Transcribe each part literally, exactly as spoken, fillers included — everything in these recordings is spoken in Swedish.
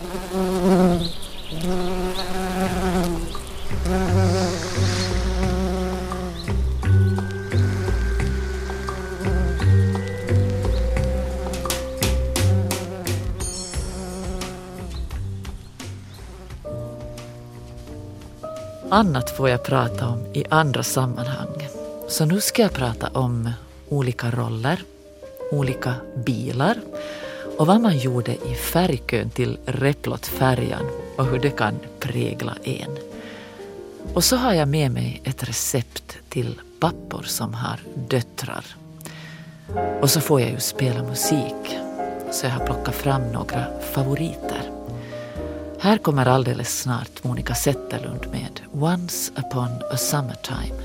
Annat får jag prata om i andra sammanhang. Så nu ska jag prata om olika roller, olika bilar och vad man gjorde i färgkön till Replot-färjan och hur det kan prägla en. Och så har jag med mig ett recept till pappor som har döttrar. Och så får jag ju spela musik, så jag har plockat fram några favoriter. Här kommer alldeles snart Monica Zetterlund med Once upon a summertime.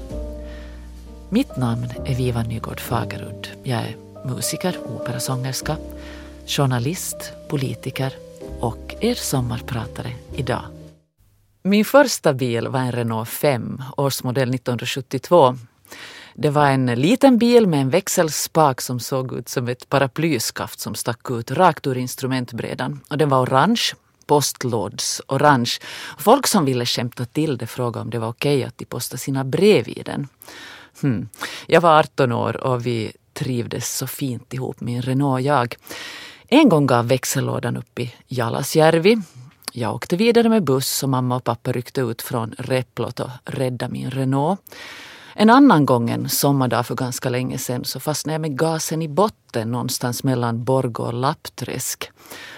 Mitt namn är Viva Nygård Fagerud. Jag är musiker, operasångerska, journalist, politiker och er sommarpratare idag. Min första bil var en Renault fem, årsmodell nittonhundrasjuttiotvå. Det var en liten bil med en växelspak som såg ut som ett paraplyskaft som stack ut rakt ur instrumentbrädan. Och den var orange. Postlåds orange. Folk som ville skämta till det frågade om det var okej att de postade sina brev i den. Hmm. Jag var arton år och vi trivdes så fint ihop, min Renault och jag. En gång gav växellådan upp i Jalasjärvi. Jag åkte vidare med buss och mamma och pappa ryckte ut från Replot och räddade min Renault. En annan gång, en sommardag för ganska länge sedan, så fastnade jag med gasen i botten någonstans mellan Borgå och Lappträsk.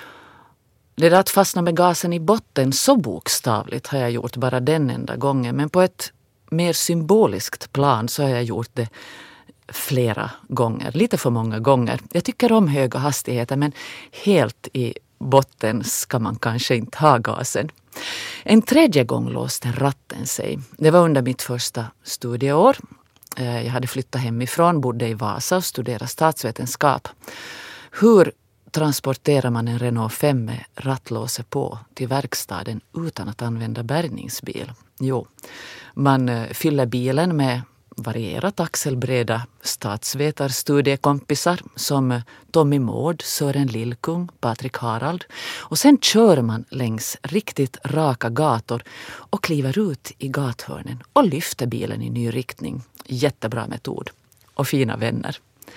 Det där att fastna med gasen i botten så bokstavligt har jag gjort bara den enda gången. Men på ett mer symboliskt plan så har jag gjort det flera gånger. Lite för många gånger. Jag tycker om höga hastigheter, men helt i botten ska man kanske inte ha gasen. En tredje gång låste ratten sig. Det var under mitt första studieår. Jag hade flyttat hemifrån, bodde i Vasa och studerade statsvetenskap. Hur transporterar man en Renault fem med rattlåse på till verkstaden utan att använda bärgningsbil? Jo, man fyller bilen med varierat axelbreda statsvetarstudiekompisar som Tommy Mård, Sören Lillkung, Patrik Harald. Och sen kör man längs riktigt raka gator och kliver ut i gathörnen och lyfter bilen i ny riktning. Jättebra metod. Och fina vänner.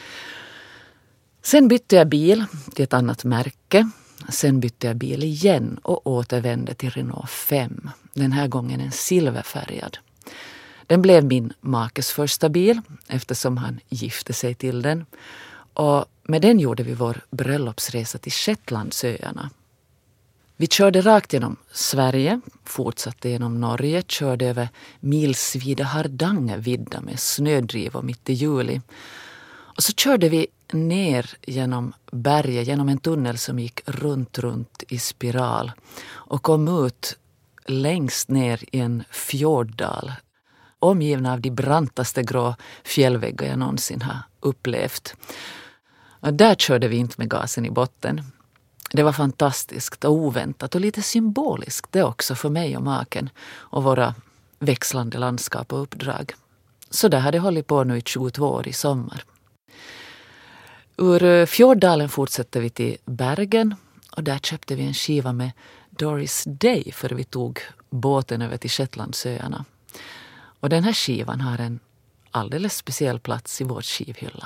Sen bytte jag bil till ett annat märke. Sen bytte jag bil igen och återvände till Renault fem. Den här gången en silverfärgad. Den blev min makes första bil eftersom han gifte sig till den. Och med den gjorde vi vår bröllopsresa till Shetlandsöarna. Vi körde rakt genom Sverige, fortsatte genom Norge, körde över milsvida Hardangervidda med snödriv och mitt i juli. Och så körde vi ner genom berget, genom en tunnel som gick runt, runt i spiral och kom ut längst ner i en fjorddal, omgivna av de brantaste grå fjällväggar jag någonsin har upplevt. Och där körde vi inte med gasen i botten. Det var fantastiskt och oväntat och lite symboliskt det också för mig och maken och våra växlande landskap och uppdrag. Så där hade jag hållit på nu i tjugotvå år i sommar. Ur fjorddalen fortsatte vi till Bergen och där köpte vi en skiva med Doris Day för vi tog båten över till Shetlandsöarna. Och den här skivan har en alldeles speciell plats i vår skivhylla.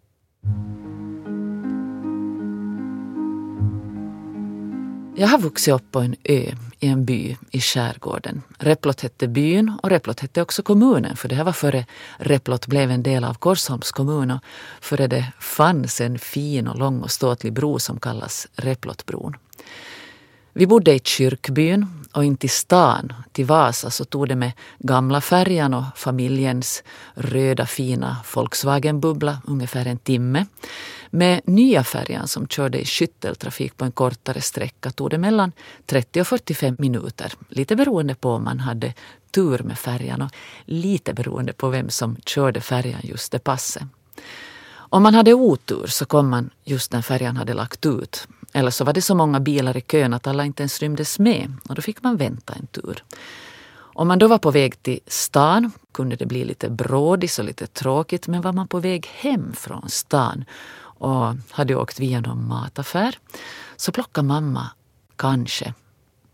Jag har vuxit upp på en ö i en by i skärgården. Replot hette byn och Replot hette också kommunen, för det här var före Replot blev en del av Korsholms kommun och före det fanns en fin och lång och ståtlig bro som kallas Replotbron. Vi bodde i kyrkbyn och in till stan, till Vasa, så tog det med gamla färjan och familjens röda fina Volkswagen-bubbla ungefär en timme. Med nya färjan som körde i skytteltrafik på en kortare sträcka tog det mellan trettio och fyrtiofem minuter. Lite beroende på om man hade tur med färjan och lite beroende på vem som körde färjan just det passet. Om man hade otur så kom man just när färjan hade lagt ut. Eller så var det så många bilar i kön att alla inte ens rymdes med och då fick man vänta en tur. Om man då var på väg till stan kunde det bli lite brådis och lite tråkigt, men var man på väg hem från stan och hade åkt via någon mataffär så plockade mamma kanske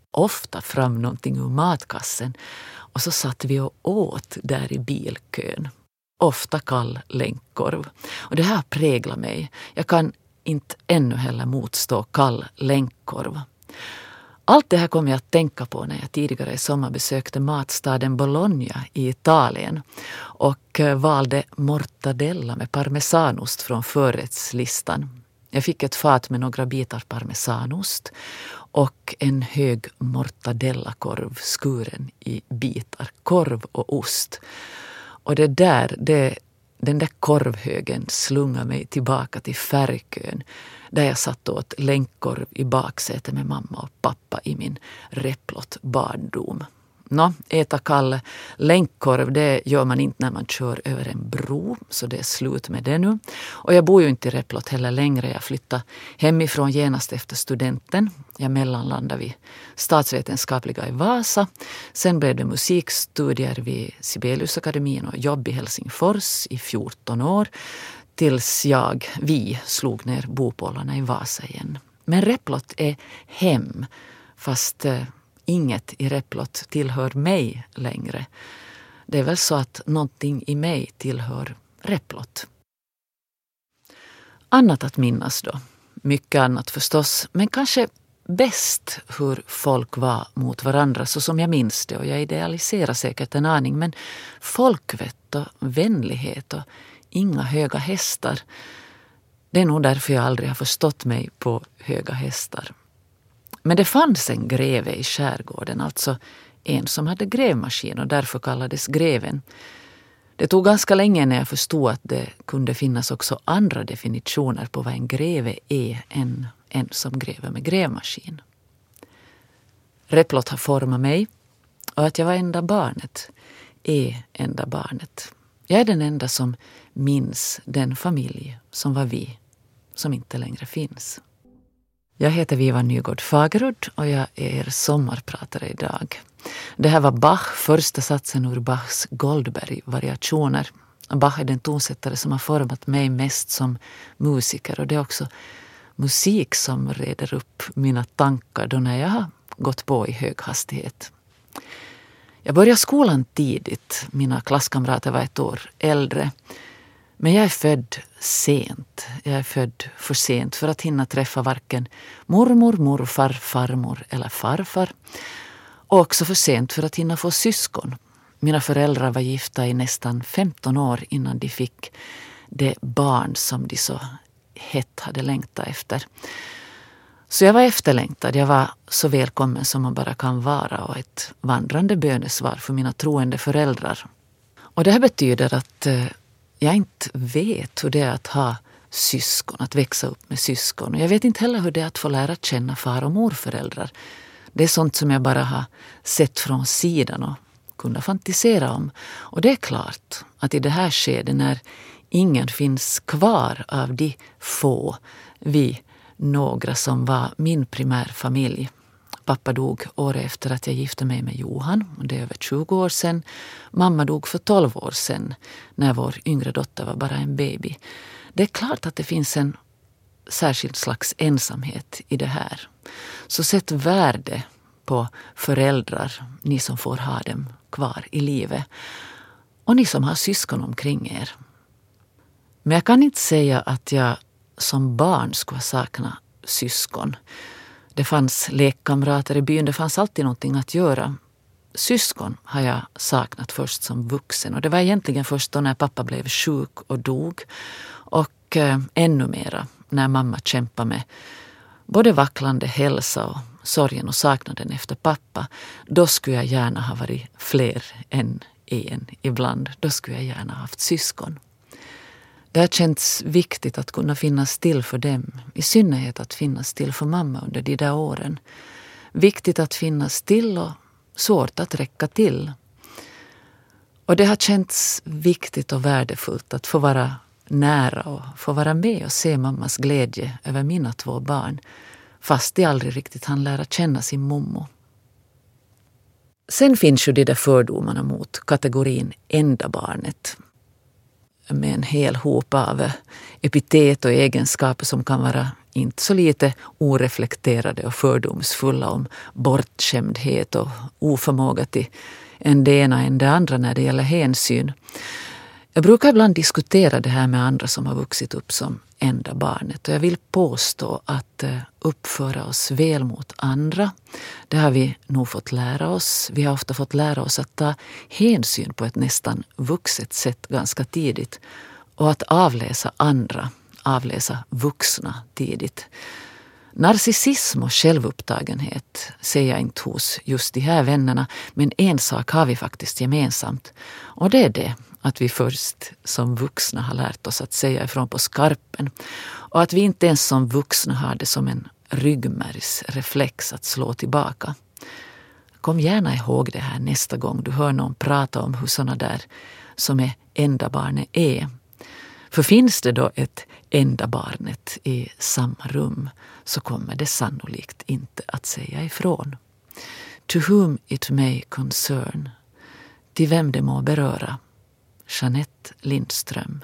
ofta fram någonting ur matkassen och så satt vi och åt där i bilkön. Ofta kall länkkorv. Och det här präglar mig. Jag kan inte ännu heller motstå kall länkkorv. Allt det här kommer jag att tänka på när jag tidigare i sommar besökte matstaden Bologna i Italien och valde mortadella med parmesanost från förrättslistan. Jag fick ett fat med några bitar parmesanost och en hög mortadellakorv skuren i bitar, korv och ost. Och det där, det, den där korvhögen slungade mig tillbaka till färgkön där jag satt åt länkkorv i baksätet med mamma och pappa i min replott barndom. Nå, äta kall länkkorv, det gör man inte när man kör över en bro, så det är slut med det nu. Och jag bor ju inte i Replott heller längre. Jag flyttade hemifrån genast efter studenten. Jag mellanlandade vid statsvetenskapliga i Vasa. Sen blev det musikstudier vid Sibeliusakademin och jobb i Helsingfors i fjorton år. Tills jag, vi, slog ner bopålarna i Vasa igen. Men Replott är hem, fast eh, inget i Replott tillhör mig längre. Det är väl så att någonting i mig tillhör Replott. Annat att minnas då. Mycket annat förstås, men kanske bäst hur folk var mot varandra så som jag minns det. Och jag idealiserar säkert en aning, men folkvett och vänlighet och inga höga hästar. Det är nog därför jag aldrig har förstått mig på höga hästar. Men det fanns en greve i skärgården, alltså en som hade grävmaskin och därför kallades greven. Det tog ganska länge när jag förstod att det kunde finnas också andra definitioner på vad en greve är än en som gräver med grävmaskin. Replott har format mig och att jag var enda barnet är enda barnet. Jag är den enda som minns den familj som var vi, som inte längre finns. Jag heter Viva Nygård Fagerud och jag är er sommarpratare idag. Det här var Bach, första satsen ur Bachs Goldberg-variationer. Bach är den tonsättare som har format mig mest som musiker och det är också musik som reder upp mina tankar då när jag har gått på i hög hastighet. Jag började skolan tidigt, mina klasskamrater var ett år äldre. Men jag är född sent. Jag är född för sent för att hinna träffa varken mormor, morfar, farmor eller farfar. Och också för sent för att hinna få syskon. Mina föräldrar var gifta i nästan femton år innan de fick det barn som de så hett hade längtat efter. Så jag var efterlängtad. Jag var så välkommen som man bara kan vara och ett vandrande bönesvar för mina troende föräldrar. Och det här betyder att jag inte vet hur det är att ha syskon, att växa upp med syskon. Och jag vet inte heller hur det är att få lära känna far- och morföräldrar. Det är sånt som jag bara har sett från sidan och kunnat fantisera om. Och det är klart att i det här skedet när ingen finns kvar av de få, vi några som var min primärfamilj. Pappa dog året efter att jag gifte mig med Johan, och det är över tjugo år sedan. Mamma dog för tolv år sedan när vår yngre dotter var bara en baby. Det är klart att det finns en särskild slags ensamhet i det här. Så sätt värde på föräldrar, ni som får ha dem kvar i livet. Och ni som har syskon omkring er. Men jag kan inte säga att jag som barn skulle sakna syskon. Det fanns lekkamrater i byn, det fanns alltid någonting att göra. Syskon har jag saknat först som vuxen och det var egentligen först då när pappa blev sjuk och dog. Och eh, ännu mera när mamma kämpade med både vacklande hälsa och sorgen och saknaden efter pappa. Då skulle jag gärna ha varit fler än en ibland. Då skulle jag gärna ha haft syskon. Det har känts viktigt att kunna finnas till för dem. I synnerhet att finnas till för mamma under de där åren. Viktigt att finnas till och svårt att räcka till. Och det har känts viktigt och värdefullt att få vara nära och få vara med och se mammas glädje över mina två barn. Fast de aldrig riktigt hann lära känna sin mommo. Sen finns ju de där fördomarna mot kategorin enda barnet. Med en hel hop av epitet och egenskaper som kan vara inte så lite oreflekterade och fördomsfulla om bortskämdhet och oförmåga till en det ena än det andra när det gäller hänsyn. Jag brukar ibland diskutera det här med andra som har vuxit upp som enda barnet. Och jag vill påstå att uppföra oss väl mot andra, det har vi nog fått lära oss. Vi har ofta fått lära oss att ta hänsyn på ett nästan vuxet sätt ganska tidigt. Och att avläsa andra, avläsa vuxna tidigt. Narcissism och självupptagenhet ser jag inte hos just de här vännerna, men en sak har vi faktiskt gemensamt. Och det är det att vi först som vuxna har lärt oss att säga ifrån på skarpen. Och att vi inte ens som vuxna har det som en ryggmärgsreflex att slå tillbaka. Kom gärna ihåg det här nästa gång du hör någon prata om hur såna där som är enda barnet är. För finns det då ett enda barnet i samma rum så kommer det sannolikt inte att säga ifrån. To whom it may concern, till vem det må beröra. Jeanette Lindström.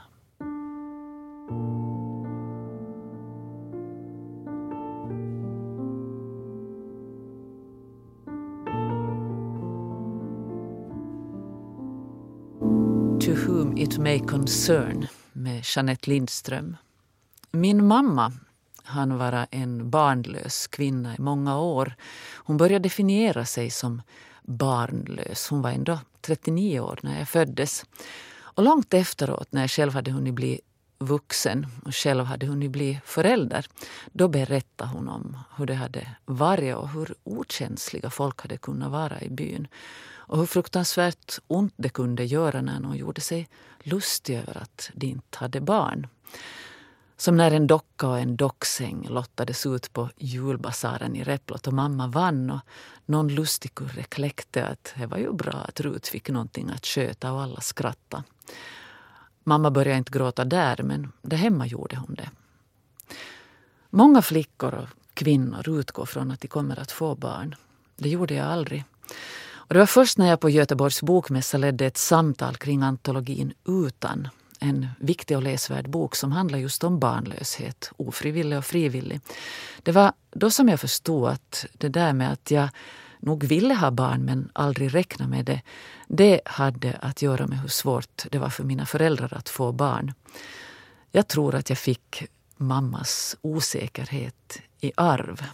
To whom it may concern med Jeanette Lindström. Min mamma hann vara en barnlös kvinna i många år. Hon började definiera sig som barnlös. Hon var ändå trettionio år när jag föddes. Och långt efteråt när jag själv hade hunnit bli vuxen och själv hade hunnit bli förälder, då berättade hon om hur det hade varit och hur okänsliga folk hade kunnat vara i byn. Och hur fruktansvärt ont det kunde göra när någon gjorde sig lustig över att de inte hade barn. Som när en docka och en docksäng lottades ut på julbasaren i Repplot och mamma vann och någon lustigkurre kläckte att det var ju bra att Rut fick någonting att sköta och alla skratta. Mamma började inte gråta där, men där hemma gjorde hon det. Många flickor och kvinnor utgår från att de kommer att få barn. Det gjorde jag aldrig. Och det var först när jag på Göteborgs bokmässa ledde ett samtal kring antologin Utan, en viktig och läsvärd bok som handlar just om barnlöshet, ofrivillig och frivillig. Det var då som jag förstod att det där med att jag nog ville ha barn men aldrig räkna med det, det hade att göra med hur svårt det var för mina föräldrar att få barn. Jag tror att jag fick mammas osäkerhet i arv.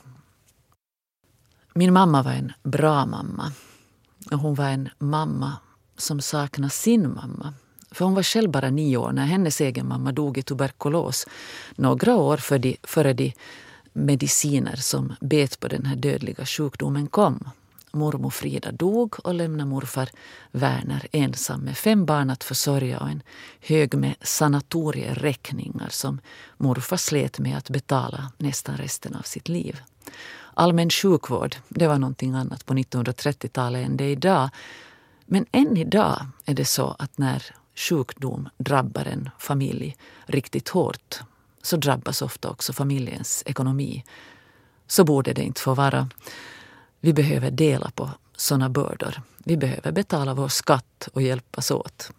Min mamma var en bra mamma. Och hon var en mamma som saknade sin mamma. För hon var själv bara nio år när hennes egen mamma dog i tuberkulos. Några år för de, före de mediciner som bet på den här dödliga sjukdomen kom. Mormor Frida dog och lämnade morfar Werner ensam med fem barn att försörja och en hög med sanatorieräkningar som morfar slet med att betala nästan resten av sitt liv. Allmän sjukvård, det var någonting annat på nittonhundratrettiotalet än det är idag. Men än idag är det så att när sjukdom drabbar en familj riktigt hårt så drabbas ofta också familjens ekonomi. Så borde det inte få vara. Vi behöver dela på såna bördor. Vi behöver betala vår skatt och hjälpas åt.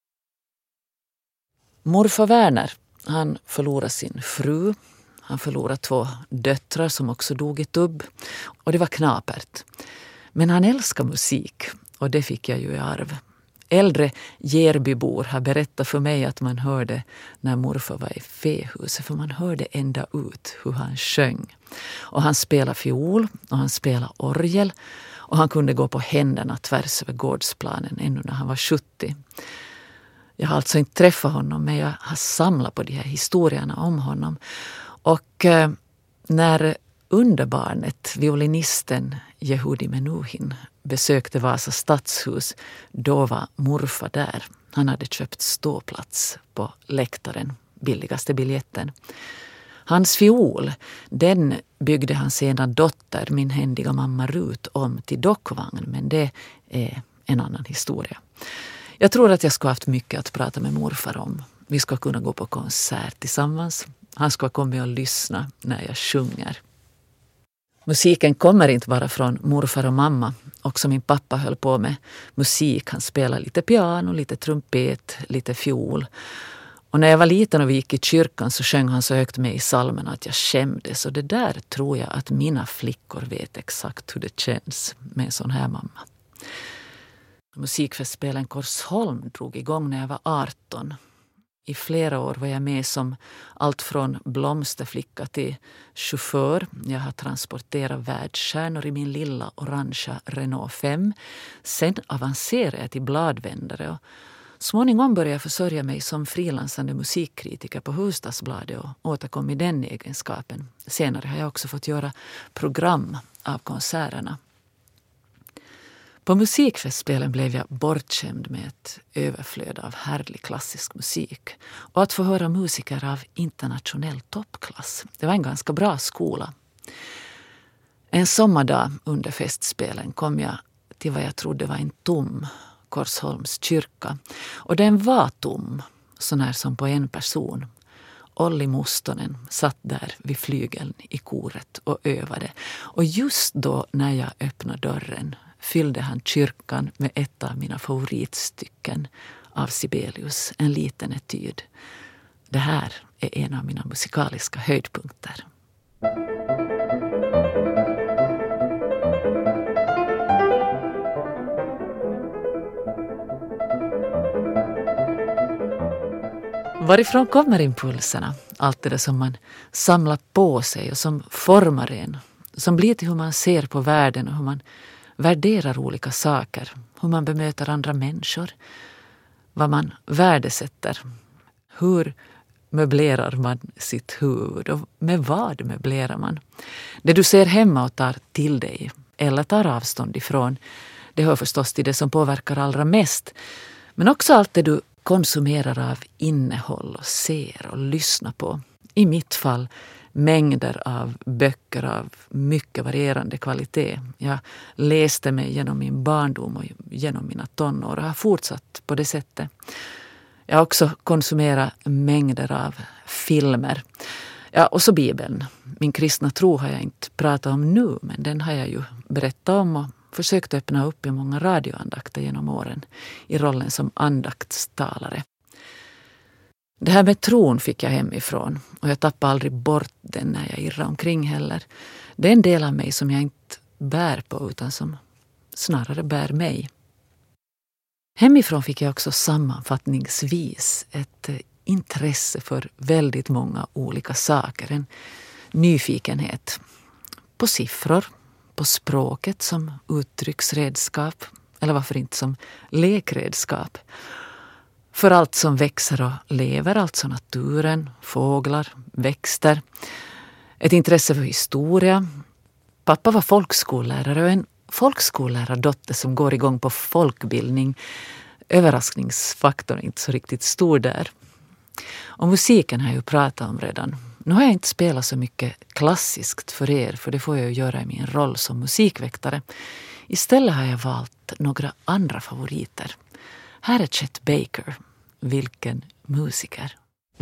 Morfar Werner, han förlorade sin fru. Han förlorade två döttrar som också dog i tubb. Och det var knapert. Men han älskar musik och det fick jag ju i arv. Äldre Järbybor har berättat för mig att man hörde när morfar var i fähuset. För man hörde ända ut hur han sjöng. Och han spelade fiol och han spelade orgel. Och han kunde gå på händerna tvärs över gårdsplanen ännu när han var sjuttio. Jag har alltså inte träffat honom men jag har samlat på de här historierna om honom. Och eh, när underbarnet, violinisten Yehudi Menuhin, besökte Vasa stadshus, då var morfar där. Han hade köpt ståplats på läktaren, billigaste biljetten. Hans fiol, den byggde han sedan dotter, min händiga mamma Rut, om till dockvagn, men det är en annan historia. Jag tror att jag ska ha haft mycket att prata med morfar om. Vi ska kunna gå på konsert tillsammans. Han ska komma och lyssna när jag sjunger. Musiken kommer inte bara från morfar och mamma. Också min pappa höll på med musik. Han spelade lite piano, lite trumpet, lite fiol. Och när jag var liten och vi gick i kyrkan så sjöng han så högt med i psalmen att jag skämdes. Och det där tror jag att mina flickor vet exakt hur det känns med en sån här mamma. Musikfestspelen Korsholm drog igång när jag var arton. I flera år var jag med som allt från blomsterflicka till chaufför. Jag har transporterat världsstjärnor i min lilla orangea Renault fem. Sen avancerade jag till bladvändare och småningom började jag försörja mig som frilansande musikkritiker på Hufvudstadsbladet och återkom i den egenskapen. Senare har jag också fått göra program av konserterna. På musikfestspelen blev jag bortskämd med ett överflöd av härlig klassisk musik och att få höra musiker av internationell toppklass. Det var en ganska bra skola. En sommardag under festspelen kom jag till vad jag trodde var en tom Korsholms kyrka. Och den var tom, så när som på en person. Olli Mustonen satt där vid flygeln i koret och övade. Och just då när jag öppnade dörren fyllde han kyrkan med ett av mina favoritstycken av Sibelius, en liten etyd. Det här är en av mina musikaliska höjdpunkter. Varifrån kommer impulserna? Allt det som man samlar på sig och som formar en. Som blir till hur man ser på världen och hur man värderar olika saker. Hur man bemöter andra människor. Vad man värdesätter. Hur möblerar man sitt huvud och med vad möblerar man? Det du ser hemma och tar till dig eller tar avstånd ifrån, det hör förstås till det som påverkar allra mest. Men också allt det du konsumerar av innehåll och ser och lyssnar på. I mitt fall mängder av böcker av mycket varierande kvalitet. Jag läste mig genom min barndom och genom mina tonår och har fortsatt på det sättet. Jag har också konsumerat mängder av filmer. Ja, och så Bibeln. Min kristna tro har jag inte pratat om nu, men den har jag ju berättat om och försökt öppna upp i många radioandakter genom åren i rollen som andaktstalare. Det här med tron fick jag hemifrån och jag tappade aldrig bort den när jag irrar omkring heller. Det är en del av mig som jag inte bär på utan som snarare bär mig. Hemifrån fick jag också sammanfattningsvis ett intresse för väldigt många olika saker. En nyfikenhet på siffror, på språket som uttrycksredskap eller varför inte som lekredskap. För allt som växer och lever, alltså naturen, fåglar, växter. Ett intresse för historia. Pappa var folkskollärare och en folkskollärardotter som går igång på folkbildning. Överraskningsfaktorn är inte så riktigt stor där. Och musiken har jag ju pratat om redan. Nu har jag inte spelat så mycket klassiskt för er, för det får jag ju göra i min roll som musikväktare. Istället har jag valt några andra favoriter. Här är Chet Baker. Vilken musiker.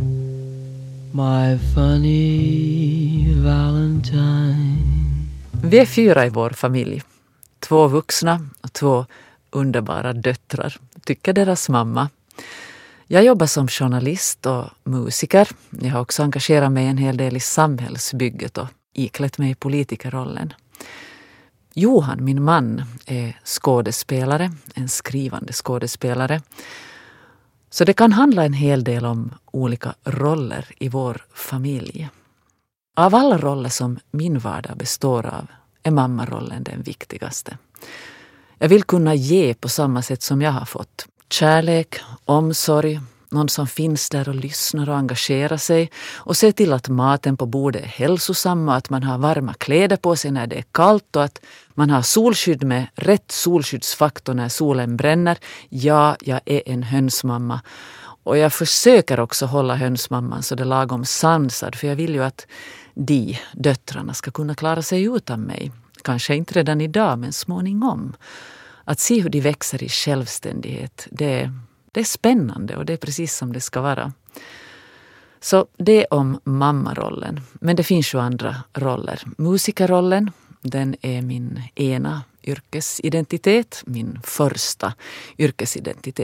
My funny Valentine. Vi är fyra i vår familj. Två vuxna och två underbara döttrar, tycker deras mamma. Jag jobbar som journalist och musiker. Jag har också engagerat mig en hel del i samhällsbygget och iklätt mig i politikerrollen. Johan, min man, är skådespelare, en skrivande skådespelare. Så det kan handla en hel del om olika roller i vår familj. Av alla roller som min vardag består av är mammarollen den viktigaste. Jag vill kunna ge på samma sätt som jag har fått. Kärlek, omsorg, någon som finns där och lyssnar och engagerar sig och ser till att maten på bordet är hälsosam och att man har varma kläder på sig när det är kallt och att man har solskydd med rätt solskyddsfaktor när solen bränner. Ja, jag är en hönsmamma och jag försöker också hålla hönsmamman så det är lagom sansad, för jag vill ju att de döttrarna ska kunna klara sig utan mig. Kanske inte redan idag, men småningom. Att se hur de växer i självständighet, det, det är spännande och det är precis som det ska vara. Så det är om mammarollen. Men det finns ju andra roller. Musikerrollen, den är min ena yrkesidentitet, min första yrkesidentitet.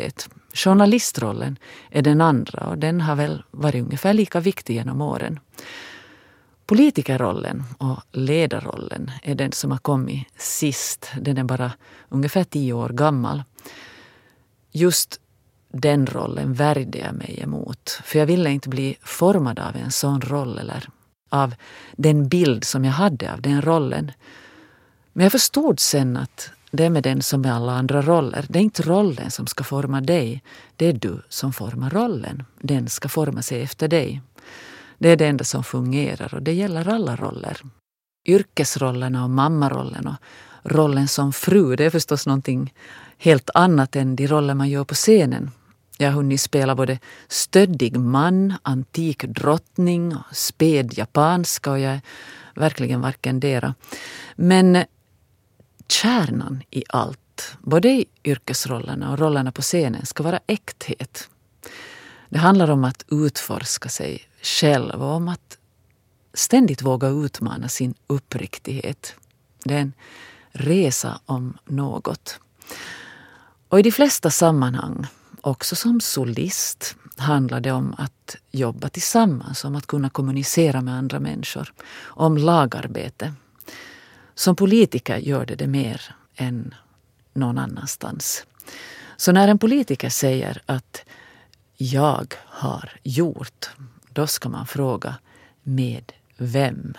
Journalistrollen är den andra och den har väl varit ungefär lika viktig genom åren. Politikerrollen och ledarrollen är den som har kommit sist. Den är bara ungefär tio år gammal. Just den rollen värjde jag mig emot. För jag ville inte bli formad av en sån roll eller av den bild som jag hade av den rollen. Men jag förstod sen att det är med den som med alla andra roller. Det är inte rollen som ska forma dig. Det är du som formar rollen. Den ska forma sig efter dig. Det är det enda som fungerar och det gäller alla roller. Yrkesrollerna och mammarollen och rollen som fru, det är förstås någonting helt annat än de roller man gör på scenen. Jag har hunnit spela både stöddig man, antik drottning och späd japanska och jag är verkligen varken dera. Men kärnan i allt, både i yrkesrollerna och rollerna på scenen, ska vara äkthet. Det handlar om att utforska sig själv och om att ständigt våga utmana sin uppriktighet. Det är en resa om något. Och i de flesta sammanhang, också som solist, handlar det om att jobba tillsammans, om att kunna kommunicera med andra människor, om lagarbete. Som politiker gör det det mer än någon annanstans. Så när en politiker säger att jag har gjort, då ska man fråga med vem?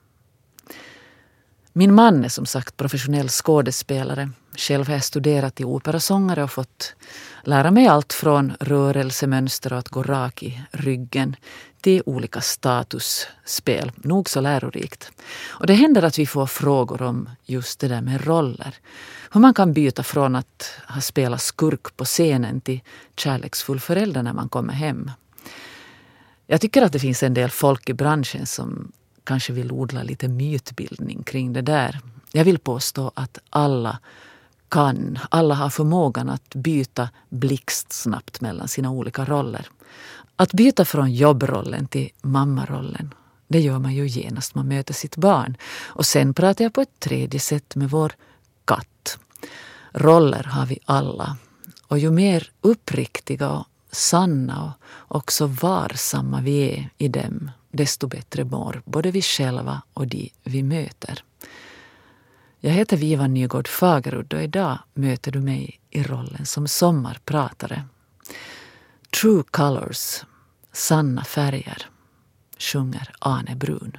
Min man är som sagt professionell skådespelare. Själv har jag studerat till operasångare och fått lära mig allt från rörelsemönster och att gå rak i ryggen till olika statusspel. Nog så lärorikt. Och det händer att vi får frågor om just det där med roller. Hur man kan byta från att ha spelat skurk på scenen till kärleksfull förälder när man kommer hem. Jag tycker att det finns en del folk i branschen som kanske vill odla lite mytbildning kring det där. Jag vill påstå att alla kan, alla har förmågan att byta blixtsnabbt mellan sina olika roller. Att byta från jobbrollen till mammarollen, det gör man ju genast man möter sitt barn. Och sen pratar jag på ett tredje sätt med vår katt. Roller har vi alla. Och ju mer uppriktiga och sanna och också varsamma vi är i dem, desto bättre mår både vi själva och de vi möter. Jag heter Viva Nygård Fagerud och idag möter du mig i rollen som sommarpratare. True Colors, sanna färger, sjunger Arne Brun.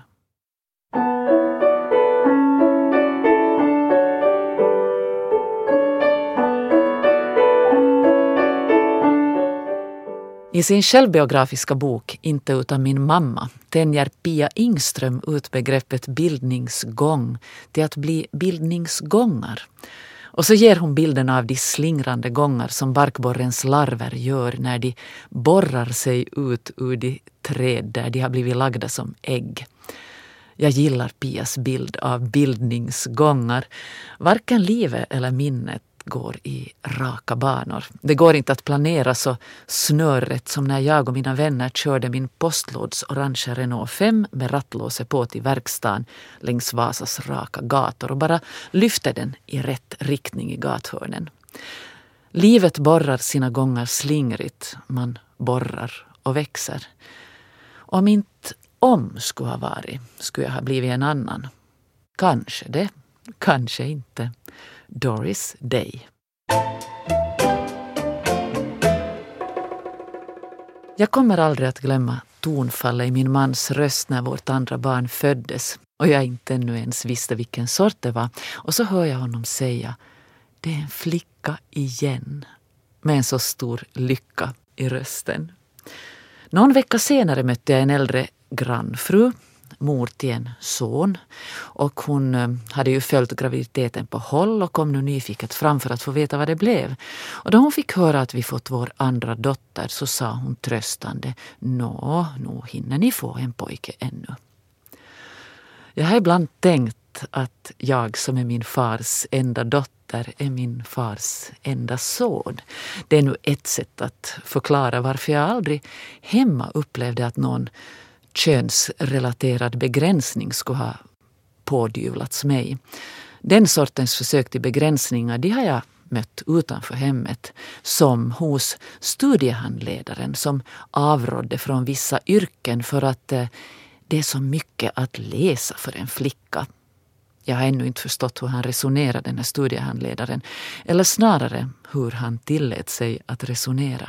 I sin självbiografiska bok Inte utan min mamma tänjer Pia Ingström ut begreppet bildningsgång till att bli bildningsgångar. Och så ger hon bilden av de slingrande gångar som barkborrens larver gör när de borrar sig ut ur de träd där de har blivit lagda som ägg. Jag gillar Pias bild av bildningsgångar. Varken livet eller minnet går i raka banor. Det går inte att planera så snörrätt som när jag och mina vänner körde min postlåds orange Renault fem med rattlåse på till verkstaden längs Vasas raka gator och bara lyfte den i rätt riktning i gathörnen. Livet borrar sina gångar slingrigt. Man borrar och växer. Om inte om skulle ha varit, skulle jag ha blivit en annan. Kanske det, kanske inte. Doris Day. Jag kommer aldrig att glömma tonfallet i min mans röst när vårt andra barn föddes och jag inte ännu ens visste vilken sort det var. Och så hör jag honom säga, det är en flicka igen, med en så stor lycka i rösten. Någon vecka senare mötte jag en äldre grannfru, mor till en son, och hon hade ju följt graviditeten på håll och kom nu nyfiket fram för att få veta vad det blev. Och då hon fick höra att vi fått vår andra dotter så sa hon tröstande, nå, nu hinner ni få en pojke ännu. Jag har ibland tänkt att jag som är min fars enda dotter är min fars enda son. Det är nu ett sätt att förklara varför jag aldrig hemma upplevde att någon könsrelaterad begränsning skulle ha pådyvlats mig. Den sortens försök till begränsningar, de har jag mött utanför hemmet, som hos studiehandledaren som avrådde från vissa yrken för att eh, det är så mycket att läsa för en flicka. Jag har ännu inte förstått hur han resonerar, den här studiehandledaren, eller snarare hur han tillät sig att resonera.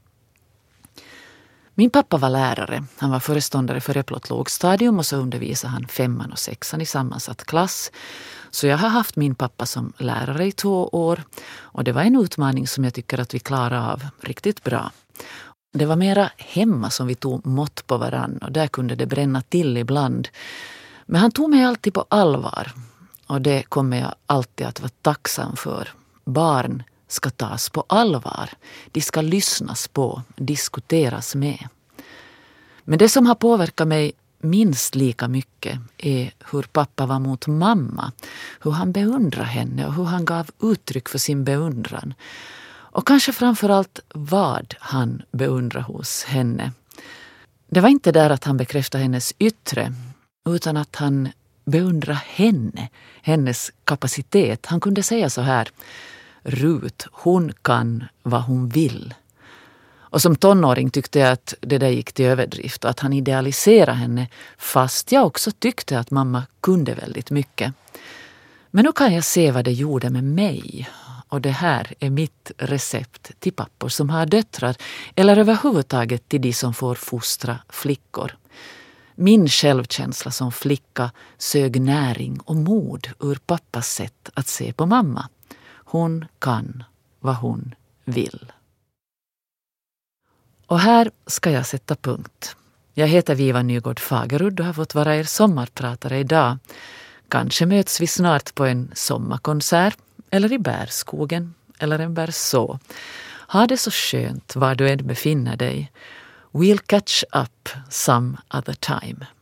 Min pappa var lärare. Han var föreståndare för Repplot lågstadium och så undervisade han femman och sexan i sammansatt klass. Så jag har haft min pappa som lärare i två år och det var en utmaning som jag tycker att vi klarade av riktigt bra. Det var mera hemma som vi tog mått på varann och där kunde det bränna till ibland. Men han tog mig alltid på allvar och det kommer jag alltid att vara tacksam för. Barn ska tas på allvar. De ska lyssnas på, diskuteras med. Men det som har påverkat mig minst lika mycket är hur pappa var mot mamma. Hur han beundrade henne och hur han gav uttryck för sin beundran. Och kanske framförallt vad han beundrade hos henne. Det var inte där att han bekräftade hennes yttre, utan att han beundrade henne, hennes kapacitet. Han kunde säga så här: Rut, hon kan vad hon vill. Och som tonåring tyckte jag att det där gick till överdrift och att han idealiserade henne, fast jag också tyckte att mamma kunde väldigt mycket. Men nu kan jag se vad det gjorde med mig. Och det här är mitt recept till pappor som har döttrar eller överhuvudtaget till de som får fostra flickor. Min självkänsla som flicka sög näring och mod ur pappas sätt att se på mamma. Hon kan vad hon vill. Och här ska jag sätta punkt. Jag heter Viva Nygård Fagerud och har fått vara er sommarpratare idag. Kanske möts vi snart på en sommarkonsert eller i bärskogen eller en bärså. Ha det så skönt var du än befinner dig. We'll catch up some other time.